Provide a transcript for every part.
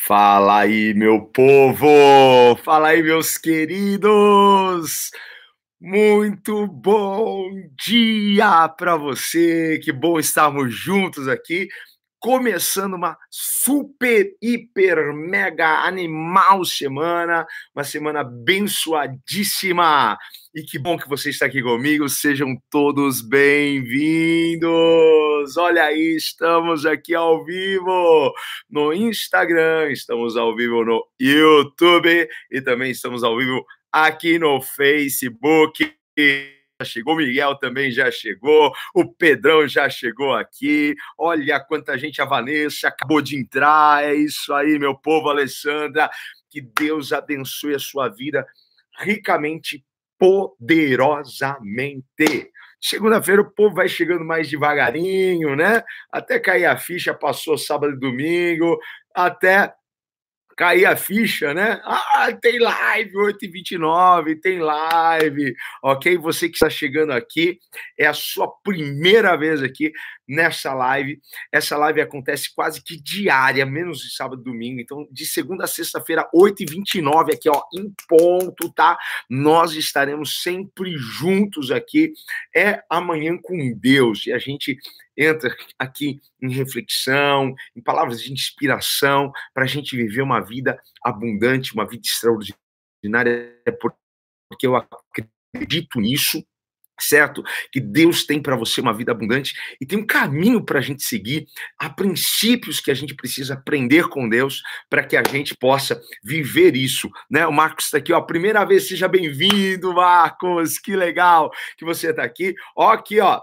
Fala aí, meu povo! Fala aí, meus queridos! Muito bom dia para você! Que bom estarmos juntos aqui, começando uma super, hiper, mega animal semana, uma semana abençoadíssima. E que bom que você está aqui comigo, sejam todos bem-vindos! Olha aí, estamos aqui ao vivo no Instagram, estamos ao vivo no YouTube e também estamos ao vivo aqui no Facebook. Chegou, o Miguel também já chegou, o Pedrão já chegou aqui, olha quanta gente, a Vanessa acabou de entrar, é isso aí, meu povo, Alessandra, que Deus abençoe a sua vida ricamente, poderosamente. Segunda-feira o povo vai chegando mais devagarinho, né? Até cair a ficha, passou sábado e domingo, até cair a ficha, né? Tem live 8h29, tem live, ok? Você que está chegando aqui, é a sua primeira vez aqui nessa live. Essa live acontece quase que diária, menos de sábado e domingo. Então, de segunda a sexta-feira, 8h29, aqui, ó, em ponto, tá? Nós estaremos sempre juntos aqui. É Amanhã com Deus. E a gente entra aqui em reflexão, em palavras de inspiração, para a gente viver uma vida abundante, uma vida extraordinária, porque eu acredito nisso, certo? Que Deus tem para você uma vida abundante e tem um caminho para a gente seguir, há princípios que a gente precisa aprender com Deus para que a gente possa viver isso, né? O Marcos está aqui, ó, primeira vez, seja bem-vindo, Marcos, que legal que você está aqui. Ó, aqui, ó,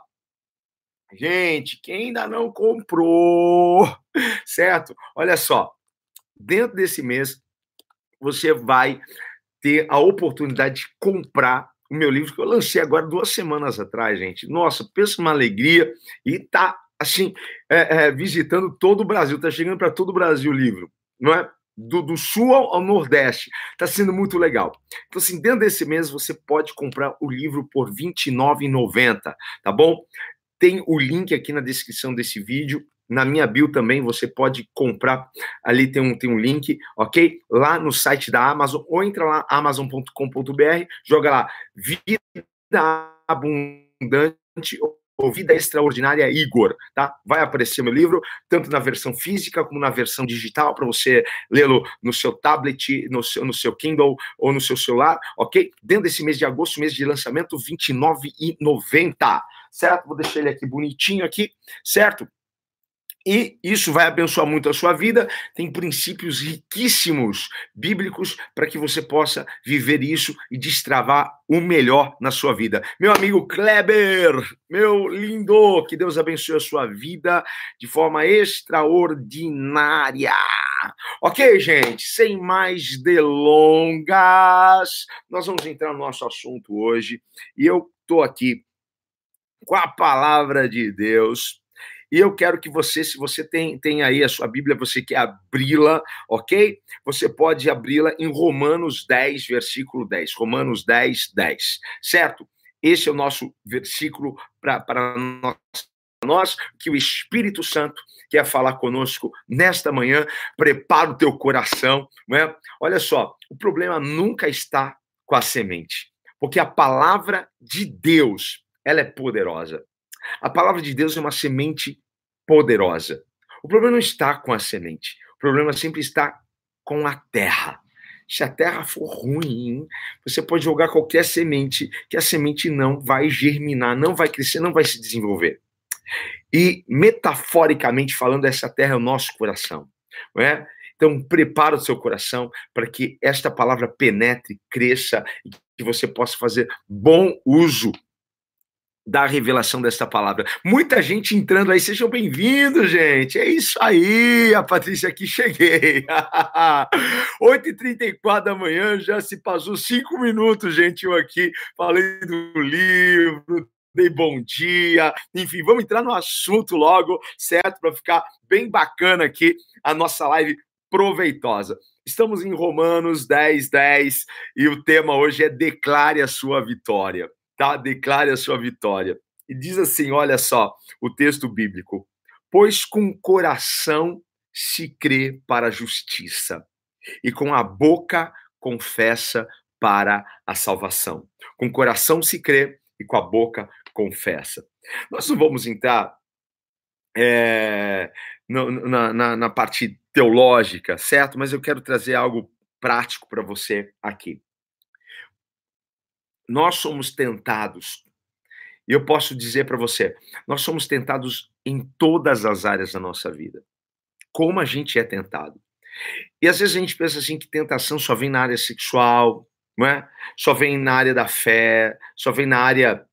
gente, quem ainda não comprou, certo? Olha só, dentro desse mês, você vai ter a oportunidade de comprar o meu livro, que eu lancei agora 2 semanas atrás, gente. Nossa, pensa uma alegria e tá, assim, visitando todo o Brasil, tá chegando para todo o Brasil o livro, não é? Do sul ao nordeste. Tá sendo muito legal. Então, assim, dentro desse mês, você pode comprar o livro por R$ 29,90, tá bom? Tem o link aqui na descrição desse vídeo. Na minha bio também você pode comprar. Ali tem um link, ok? Lá no site da Amazon, ou entra lá, amazon.com.br, joga lá, Vida Abundante ou Vida Extraordinária Igor, tá? Vai aparecer meu livro, tanto na versão física como na versão digital, para você lê-lo no seu tablet, no seu Kindle ou no seu celular, ok? Dentro desse mês de agosto, mês de lançamento, R$ 29,90. Certo? Vou deixar ele aqui bonitinho aqui, certo? E isso vai abençoar muito a sua vida. Tem princípios riquíssimos bíblicos para que você possa viver isso e destravar o melhor na sua vida. Meu amigo Kleber, meu lindo, que Deus abençoe a sua vida de forma extraordinária. Ok, gente, sem mais delongas, nós vamos entrar no nosso assunto hoje. E eu estou aqui com a palavra de Deus. E eu quero que você, se você tem aí a sua Bíblia, você quer abri-la, ok? Você pode abri-la em Romanos 10, versículo 10. Romanos 10, 10, certo? Esse é o nosso versículo para nós, que o Espírito Santo quer falar conosco nesta manhã. Prepara o teu coração, não é? Olha só, o problema nunca está com a semente, porque a palavra de Deus, ela é poderosa. A palavra de Deus é uma semente poderosa. O problema não está com a semente. O problema sempre está com a terra. Se a terra for ruim, você pode jogar qualquer semente, que a semente não vai germinar, não vai crescer, não vai se desenvolver. E, metaforicamente falando, essa terra é o nosso coração, não é? Então, prepara o seu coração para que esta palavra penetre, cresça e que você possa fazer bom uso da revelação dessa palavra. Muita gente entrando aí, sejam bem-vindos, gente. É isso aí, a Patrícia aqui, cheguei. 8h34 da manhã, já se passou 5 minutos, gente, eu aqui falei do livro, dei bom dia, enfim, vamos entrar no assunto logo, certo? Para ficar bem bacana aqui a nossa live proveitosa. Estamos em Romanos 10, 10 e o tema hoje é Declare a sua vitória. Tá? Declare a sua vitória. E diz assim, olha só, o texto bíblico. Pois com o coração se crê para a justiça, e com a boca confessa para a salvação. Com o coração se crê e com a boca confessa. Nós não vamos entrar na parte teológica, certo? Mas eu quero trazer algo prático para você aqui. Nós somos tentados, e eu posso dizer para você, nós somos tentados em todas as áreas da nossa vida. Como a gente é tentado. E às vezes a gente pensa assim que tentação só vem na área sexual, não é? Só vem na área da fé, só vem na área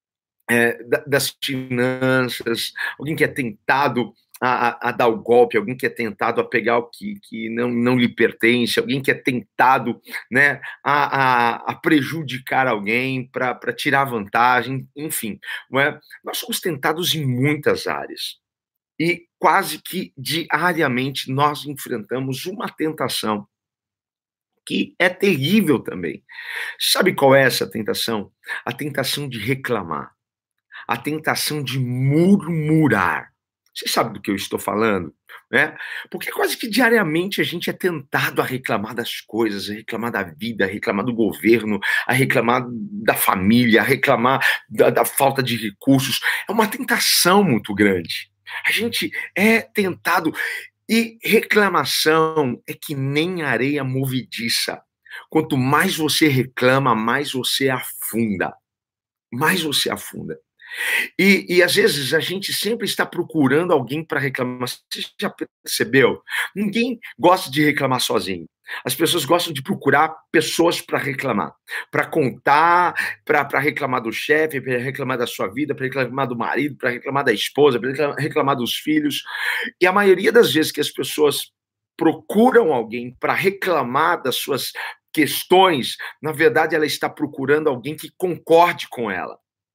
das finanças, alguém que é tentado a dar o golpe, alguém que é tentado a pegar o que não lhe pertence, alguém que é tentado, né, a prejudicar alguém para tirar vantagem, enfim. Não é? Nós somos tentados em muitas áreas. E quase que diariamente nós enfrentamos uma tentação que é terrível também. Sabe qual é essa tentação? A tentação de reclamar, a tentação de murmurar. Você sabe do que eu estou falando, né? Porque quase que diariamente a gente é tentado a reclamar das coisas, a reclamar da vida, a reclamar do governo, a reclamar da família, a reclamar da falta de recursos. É uma tentação muito grande. A gente é tentado. E reclamação é que nem areia movediça. Quanto mais você reclama, mais você afunda. Mais você afunda. E às vezes a gente sempre está procurando alguém para reclamar. Você já percebeu? Ninguém gosta de reclamar sozinho. As pessoas gostam de procurar pessoas para reclamar, para contar, para reclamar do chefe, para reclamar da sua vida, para reclamar do marido, para reclamar da esposa, para reclamar dos filhos. E a maioria das vezes que as pessoas procuram alguém para reclamar das suas questões, na verdade ela está procurando alguém que concorde com ela.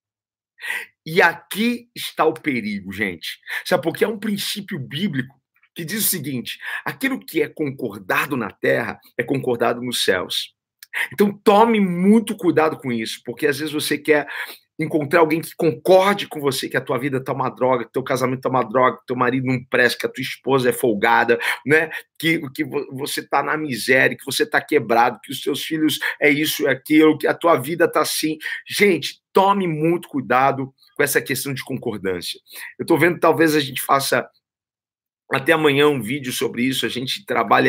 E aqui está o perigo, gente. Sabe, porque é um princípio bíblico que diz o seguinte: aquilo que é concordado na terra é concordado nos céus. Então tome muito cuidado com isso, porque às vezes você quer encontrar alguém que concorde com você que a tua vida tá uma droga, que teu casamento tá uma droga, que teu marido não presta, que a tua esposa é folgada, né? Que você tá na miséria, que você tá quebrado, que os seus filhos é isso, é aquilo, que a tua vida tá assim. Gente, tome muito cuidado com essa questão de concordância. Eu tô vendo, talvez a gente faça até amanhã um vídeo sobre isso, a gente trabalha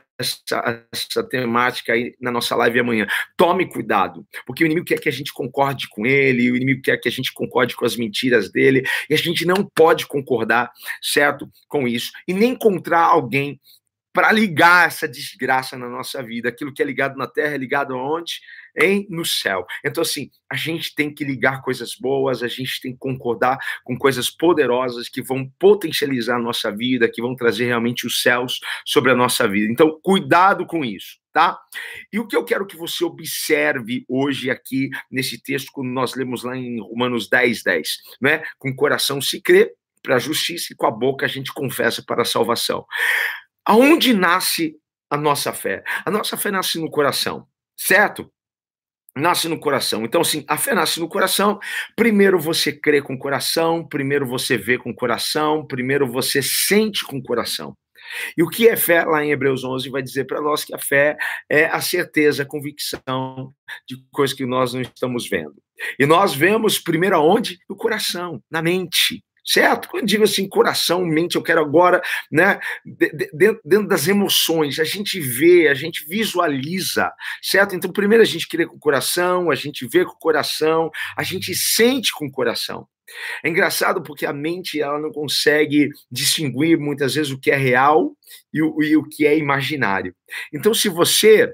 essa temática aí na nossa live amanhã. Tome cuidado, porque o inimigo quer que a gente concorde com ele, o inimigo quer que a gente concorde com as mentiras dele, e a gente não pode concordar, certo, com isso, e nem encontrar alguém para ligar essa desgraça na nossa vida. Aquilo que é ligado na terra é ligado aonde? No céu. Então, assim, a gente tem que ligar coisas boas, a gente tem que concordar com coisas poderosas que vão potencializar a nossa vida, que vão trazer realmente os céus sobre a nossa vida. Então, cuidado com isso, tá? E o que eu quero que você observe hoje aqui nesse texto, quando nós lemos lá em Romanos 10:10, né? Com o coração se crê para a justiça e com a boca a gente confessa para a salvação. Aonde nasce a nossa fé? A nossa fé nasce no coração, certo? Nasce no coração. Então, assim, a fé nasce no coração. Primeiro você crê com o coração, primeiro você vê com o coração, primeiro você sente com o coração. E o que é fé? Lá em Hebreus 11 vai dizer para nós que a fé é a certeza, a convicção de coisas que nós não estamos vendo. E nós vemos primeiro aonde? No coração, na mente. Certo? Quando eu digo assim, coração, mente, eu quero agora, né, dentro das emoções, a gente vê, a gente visualiza, certo? Então, primeiro a gente crê com o coração, a gente vê com o coração, a gente sente com o coração. É engraçado porque a mente, ela não consegue distinguir muitas vezes o que é real e o que é imaginário. Então, se você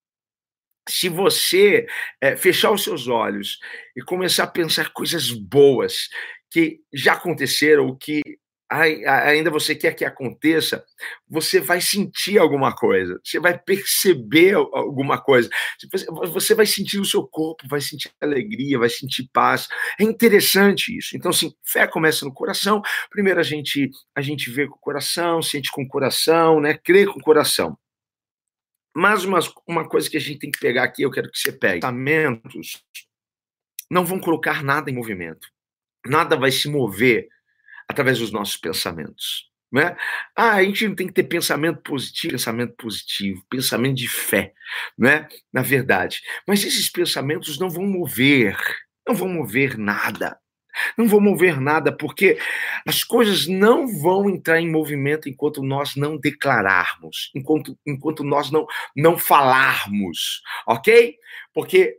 fechar os seus olhos e começar a pensar coisas boas que já aconteceram, ou que ainda você quer que aconteça, você vai sentir alguma coisa, você vai perceber alguma coisa, você vai sentir o seu corpo, vai sentir alegria, vai sentir paz. É interessante isso. Então, assim, fé começa no coração. Primeiro a gente vê com o coração, sente com o coração, né? Crê com o coração. Mas uma coisa que a gente tem que pegar aqui, eu quero que você pegue. Pensamentos não vão colocar nada em movimento. Nada vai se mover através dos nossos pensamentos. né? A gente não tem que ter pensamento positivo, pensamento de fé, né? Na verdade. Mas esses pensamentos não vão mover nada. Não vão mover nada, porque as coisas não vão entrar em movimento enquanto nós não declararmos, enquanto nós não falarmos, ok? Porque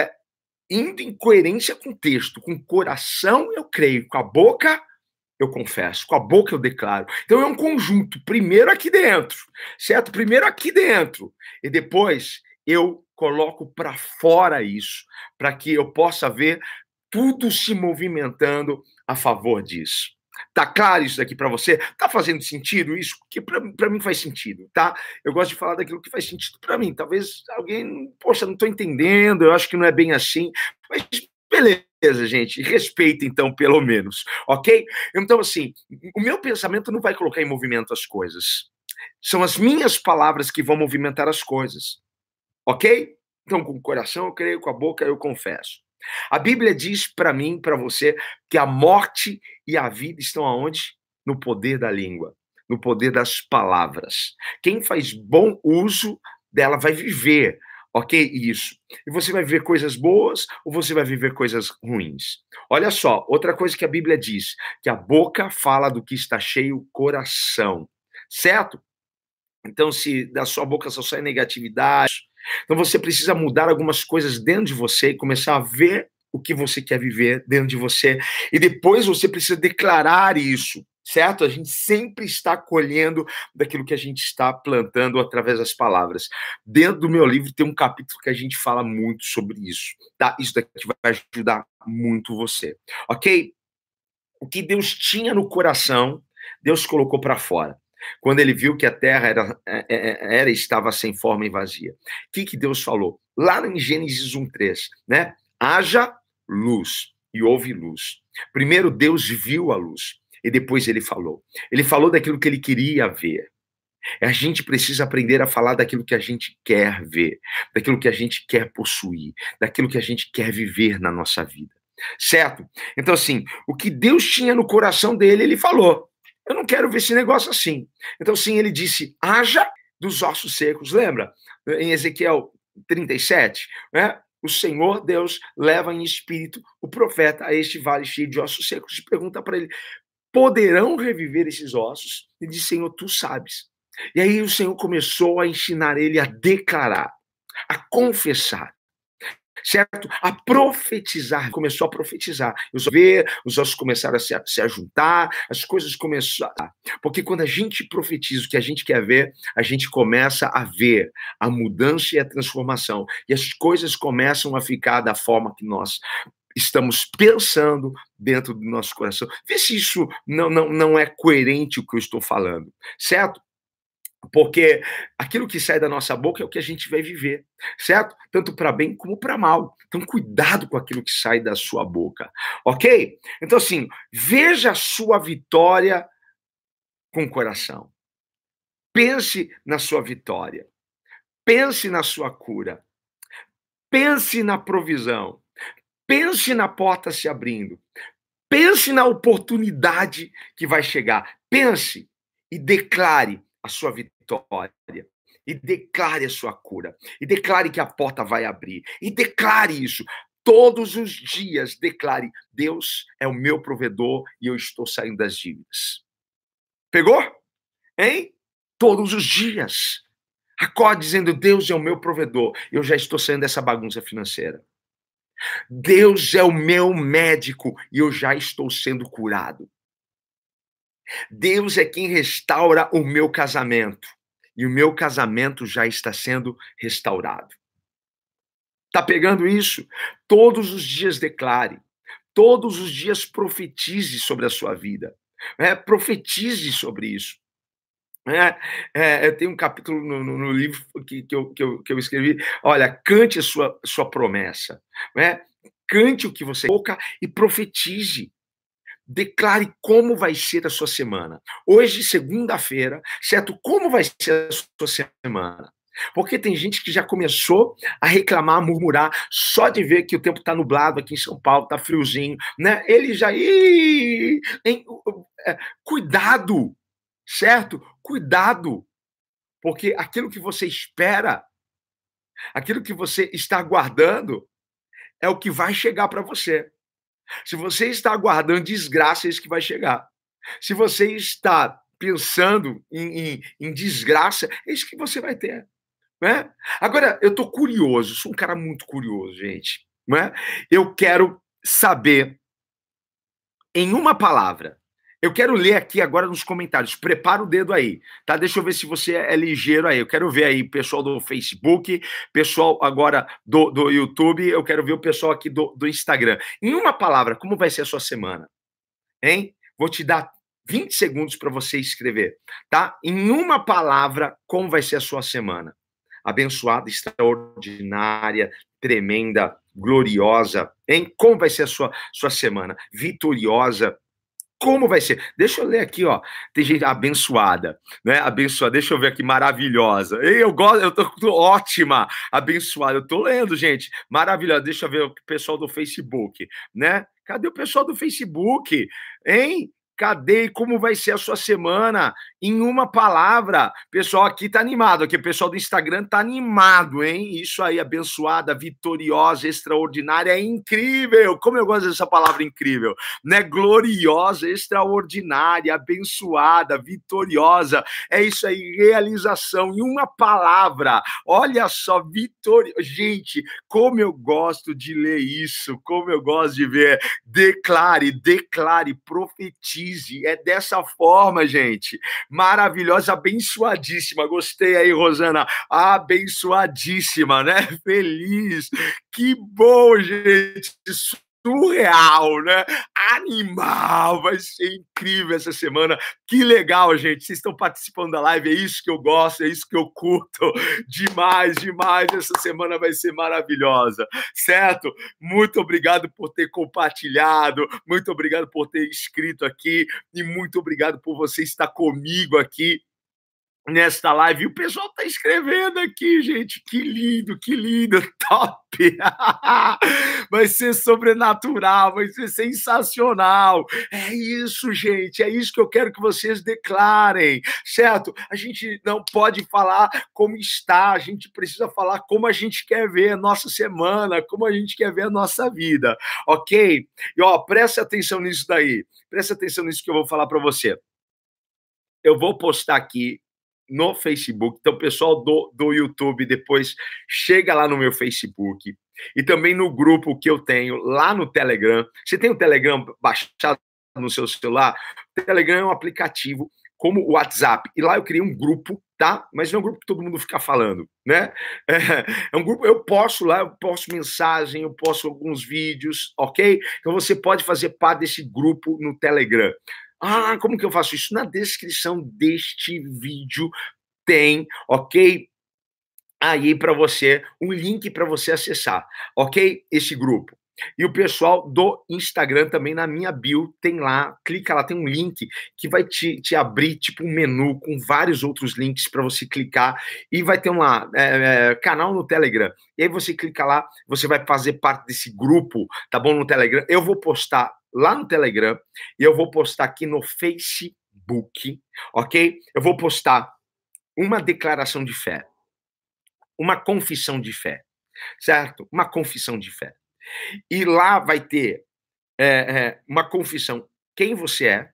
indo em coerência com o texto, com o coração eu creio, com a boca eu confesso, com a boca eu declaro. Então é um conjunto, primeiro aqui dentro, certo? Primeiro aqui dentro, e depois eu coloco para fora isso, para que eu possa ver tudo se movimentando a favor disso. Tá claro isso daqui para você? Tá fazendo sentido isso? Porque para mim faz sentido, tá? Eu gosto de falar daquilo que faz sentido para mim. Talvez alguém, poxa, não tô entendendo, eu acho que não é bem assim, mas beleza, gente, respeita então, pelo menos, ok? Então, assim, o meu pensamento não vai colocar em movimento as coisas. São as minhas palavras que vão movimentar as coisas, ok? Então, com o coração eu creio, com a boca eu confesso. A Bíblia diz para mim, para você, que a morte e a vida estão aonde? No poder da língua, no poder das palavras. Quem faz bom uso dela vai viver, ok? Isso. E você vai viver coisas boas ou você vai viver coisas ruins? Olha só, outra coisa que a Bíblia diz, que a boca fala do que está cheio o coração, certo? Então, se da sua boca só sai negatividade, então você precisa mudar algumas coisas dentro de você e começar a ver o que você quer viver dentro de você. E depois você precisa declarar isso, certo? A gente sempre está colhendo daquilo que a gente está plantando através das palavras. Dentro do meu livro tem um capítulo que a gente fala muito sobre isso, tá? Isso daqui vai ajudar muito você, ok? O que Deus tinha no coração, Deus colocou para fora. Quando ele viu que a terra estava sem forma e vazia. O que Deus falou? Lá em Gênesis 1:3, né? Haja luz, e houve luz. Primeiro Deus viu a luz, e depois ele falou. Ele falou daquilo que ele queria ver. A gente precisa aprender a falar daquilo que a gente quer ver, daquilo que a gente quer possuir, daquilo que a gente quer viver na nossa vida. Certo? Então, assim, o que Deus tinha no coração dele, ele falou. Eu não quero ver esse negócio assim. Então, sim, ele disse: haja dos ossos secos. Lembra? Em Ezequiel 37, né? O Senhor Deus leva em espírito o profeta a este vale cheio de ossos secos e pergunta para ele: poderão reviver esses ossos? Ele diz: Senhor, tu sabes. E aí o Senhor começou a ensinar ele a declarar, a confessar, certo? A profetizar, começou a profetizar. Os ossos começaram a se ajuntar, as coisas começaram. Porque quando a gente profetiza o que a gente quer ver, a gente começa a ver a mudança e a transformação. E as coisas começam a ficar da forma que nós estamos pensando dentro do nosso coração. Vê se isso não é coerente o que eu estou falando, certo? Porque aquilo que sai da nossa boca é o que a gente vai viver, certo? Tanto para bem como para mal. Então, cuidado com aquilo que sai da sua boca, ok? Então, assim, veja a sua vitória com o coração. Pense na sua vitória. Pense na sua cura. Pense na provisão. Pense na porta se abrindo. Pense na oportunidade que vai chegar. Pense e declare a sua vitória. E declare a sua cura. E declare que a porta vai abrir. E declare isso. Todos os dias, declare: Deus é o meu provedor e eu estou saindo das dívidas. Pegou? Hein? Todos os dias. Acorde dizendo: Deus é o meu provedor. Eu já estou saindo dessa bagunça financeira. Deus é o meu médico e eu já estou sendo curado. Deus é quem restaura o meu casamento e o meu casamento já está sendo restaurado. Tá pegando isso? Todos os dias declare, todos os dias profetize sobre a sua vida, profetize sobre isso. Eu tenho um capítulo no livro que eu escrevi. Olha, cante a sua promessa, cante o que você boca e profetize. Declare como vai ser a sua semana. Hoje, segunda-feira, certo? Como vai ser a sua semana? Porque tem gente que já começou a reclamar, a murmurar, só de ver que o tempo está nublado aqui em São Paulo, está friozinho, né? Ele já... Cuidado! certo? Cuidado, porque aquilo que você espera, aquilo que você está aguardando, é o que vai chegar para você. Se você está aguardando desgraça, é isso que vai chegar. Se você está pensando em desgraça, é isso que você vai ter. Né? Agora, eu estou curioso, sou um cara muito curioso, gente. Né? Eu quero saber, em uma palavra, eu quero ler aqui agora nos comentários. Prepara o dedo aí, tá? Deixa eu ver se você é ligeiro aí. Eu quero ver aí pessoal do Facebook, pessoal agora do YouTube, eu quero ver o pessoal aqui do Instagram. Em uma palavra, como vai ser a sua semana? Hein? Vou te dar 20 segundos para você escrever, tá? Em uma palavra, como vai ser a sua semana? Abençoada, extraordinária, tremenda, gloriosa, hein? Como vai ser a sua semana? Vitoriosa, como vai ser? Deixa eu ler aqui, ó. Tem gente abençoada, né? Abençoada. Deixa eu ver aqui, maravilhosa. Eu gosto, tô ótima, abençoada. Eu tô lendo, gente. Maravilhosa. Deixa eu ver o pessoal do Facebook, né? Cadê o pessoal do Facebook? Hein? Cadê? Como vai ser a sua semana? Em uma palavra. Pessoal aqui tá animado, aqui o pessoal do Instagram tá animado, hein? Isso aí, abençoada, vitoriosa, extraordinária, é incrível. Como eu gosto dessa palavra incrível, né? Gloriosa, extraordinária, abençoada, vitoriosa. É isso aí, realização em uma palavra. Olha só, vitória. Gente, como eu gosto de ler isso, como eu gosto de ver. Declare, declare, profetize. É dessa forma, gente. Maravilhosa, abençoadíssima. Gostei aí, Rosana. Abençoadíssima, né? Feliz. Que bom, gente. Surreal, né? Animal, vai ser incrível essa semana. Que legal, gente. Vocês estão participando da live, é isso que eu gosto, é isso que eu curto. Demais, demais. Essa semana vai ser maravilhosa, certo? Muito obrigado por ter compartilhado, muito obrigado por ter escrito aqui e muito obrigado por você estar comigo aqui nesta live. E o pessoal está escrevendo aqui, gente. Que lindo, top! Vai ser sobrenatural, vai ser sensacional. É isso, gente. É isso que eu quero que vocês declarem, certo? A gente não pode falar como está, a gente precisa falar como a gente quer ver a nossa semana, como a gente quer ver a nossa vida, ok? E ó, presta atenção nisso daí. Presta atenção nisso que eu vou falar para você. Eu vou postar aqui no Facebook. Então, pessoal do YouTube, depois chega lá no meu Facebook e também no grupo que eu tenho lá no Telegram. Você tem o Telegram baixado no seu celular? O Telegram é um aplicativo como o WhatsApp. E lá eu criei um grupo, tá? Mas não é um grupo que todo mundo fica falando, né? É um grupo, eu posto lá, eu posto mensagem, eu posto alguns vídeos, ok? Então você pode fazer parte desse grupo no Telegram. Ah, como que eu faço isso? Na descrição deste vídeo tem, ok? Aí para você, um link para você acessar, ok? Esse grupo. E o pessoal do Instagram também, na minha bio, tem lá, clica lá, tem um link que vai te abrir tipo um menu com vários outros links para você clicar e vai ter um lá, canal no Telegram. E aí você clica lá, você vai fazer parte desse grupo, tá bom? No Telegram. Eu vou postar lá no Telegram e eu vou postar aqui no Facebook, ok? Eu vou postar uma declaração de fé, uma confissão de fé, certo? Uma confissão de fé. E lá vai ter uma confissão, quem você é,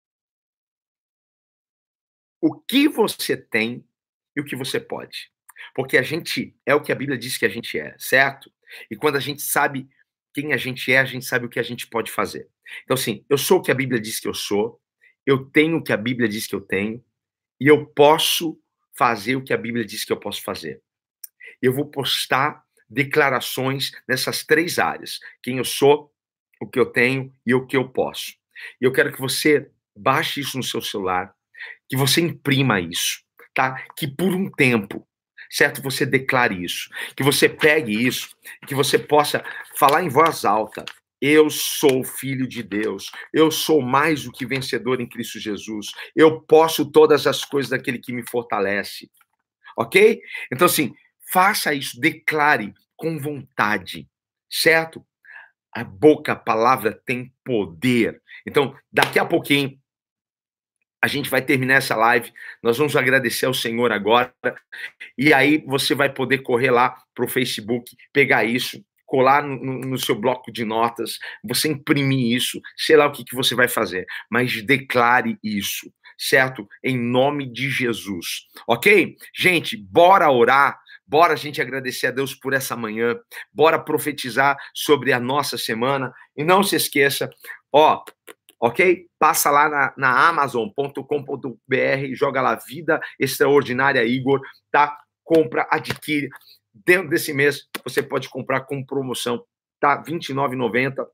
o que você tem e o que você pode. Porque a gente é o que a Bíblia diz que a gente é, certo? E quando a gente sabe quem a gente sabe o que a gente pode fazer. Então, assim, eu sou o que a Bíblia diz que eu sou, eu tenho o que a Bíblia diz que eu tenho, e eu posso fazer o que a Bíblia diz que eu posso fazer. Eu vou postar declarações nessas três áreas: quem eu sou, o que eu tenho e o que eu posso. E eu quero que você baixe isso no seu celular, que você imprima isso, tá? Que por um tempo, certo? Você declare isso, que você pegue isso, que você possa falar em voz alta. Eu sou filho de Deus, eu sou mais do que vencedor em Cristo Jesus, eu posso todas as coisas daquele que me fortalece, ok? Então, assim, faça isso, declare com vontade, certo? A boca, a palavra tem poder. Então, daqui a pouquinho, A gente vai terminar essa live, nós vamos agradecer ao Senhor agora, e aí você vai poder correr lá para o Facebook, pegar isso, colar no seu bloco de notas, você imprimir isso, sei lá o que você vai fazer, mas declare isso, certo? Em nome de Jesus, ok? Gente, bora orar, bora a gente agradecer a Deus por essa manhã, bora profetizar sobre a nossa semana, e não se esqueça, ó, ok? Passa lá na Amazon.com.br, joga lá Vida Extraordinária Igor, tá? Compra, adquire. Dentro desse mês, você pode comprar com promoção, tá? R$ 29,90.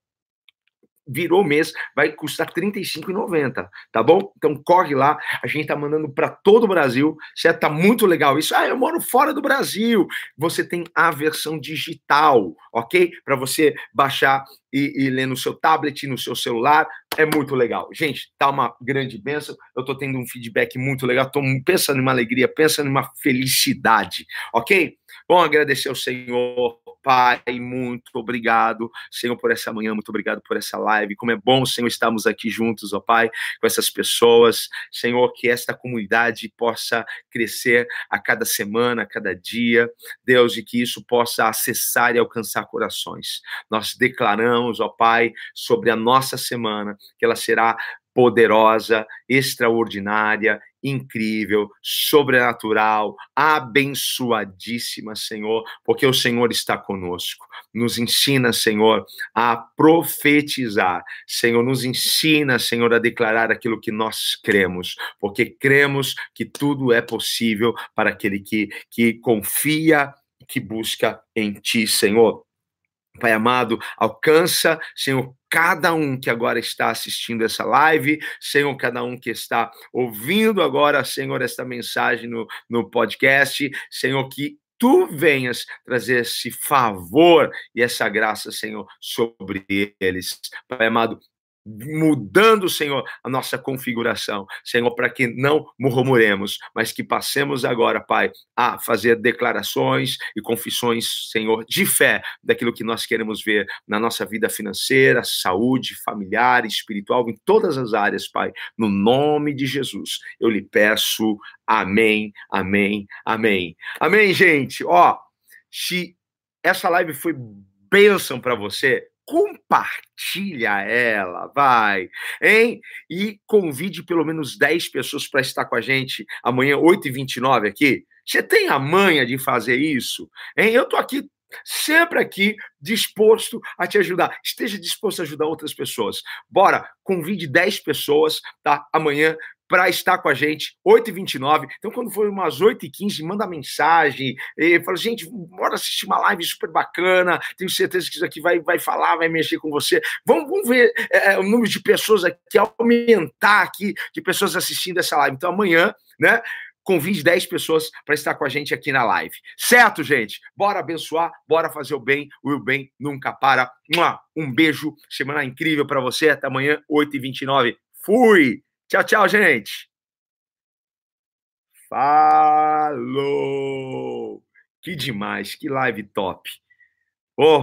Virou mês, vai custar R$ 35,90, tá bom? Então corre lá, a gente tá mandando para todo o Brasil, certo? Tá muito legal isso. Ah, eu moro fora do Brasil. Você tem a versão digital, ok? Para você baixar e ler no seu tablet, no seu celular, é muito legal. Gente, tá uma grande bênção, eu tô tendo um feedback muito legal, tô pensando em uma alegria, pensando em uma felicidade, ok? Bom, agradecer ao Senhor, Pai, muito obrigado, Senhor, por essa manhã, muito obrigado por essa live. Como é bom, Senhor, estarmos aqui juntos, ó Pai, com essas pessoas. Senhor, que esta comunidade possa crescer a cada semana, a cada dia, Deus, e que isso possa acessar e alcançar corações. Nós declaramos, ó Pai, sobre a nossa semana, que ela será poderosa, extraordinária, incrível, sobrenatural, abençoadíssima, Senhor, porque o Senhor está conosco. Nos ensina, Senhor, a profetizar. Senhor, nos ensina, Senhor, a declarar aquilo que nós cremos, porque cremos que tudo é possível para aquele que confia, que busca em Ti, Senhor. Pai amado, alcança, Senhor, cada um que agora está assistindo essa live, Senhor, cada um que está ouvindo agora, Senhor, esta mensagem no podcast, Senhor, que Tu venhas trazer esse favor e essa graça, Senhor, sobre eles. Pai amado, mudando, Senhor, a nossa configuração, Senhor, para que não murmuremos, mas que passemos agora, Pai, a fazer declarações e confissões, Senhor, de fé, daquilo que nós queremos ver na nossa vida financeira, saúde, familiar, espiritual, em todas as áreas, Pai, no nome de Jesus, eu lhe peço, amém, amém, amém. Amém, gente, ó, se essa live foi bênção para você, compartilha ela, vai, hein? E convide pelo menos 10 pessoas para estar com a gente amanhã, 8h29 aqui. Você tem a manha de fazer isso? Hein? Eu tô aqui, sempre aqui, disposto a te ajudar. Esteja disposto a ajudar outras pessoas. Bora, convide 10 pessoas, tá? Amanhã, para estar com a gente, 8h29. Então, quando for umas 8h15, manda mensagem e fala, gente, bora assistir uma live super bacana, tenho certeza que isso aqui vai falar, vai mexer com você. Vamos ver o número de pessoas aqui, aumentar aqui, de pessoas assistindo essa live. Então, amanhã, né, convide 10 pessoas para estar com a gente aqui na live. Certo, gente? Bora abençoar, bora fazer o bem bem nunca para. Um beijo, semana incrível para você. Até amanhã, 8h29. Fui! Tchau, tchau, gente. Falou! Que demais, que live top.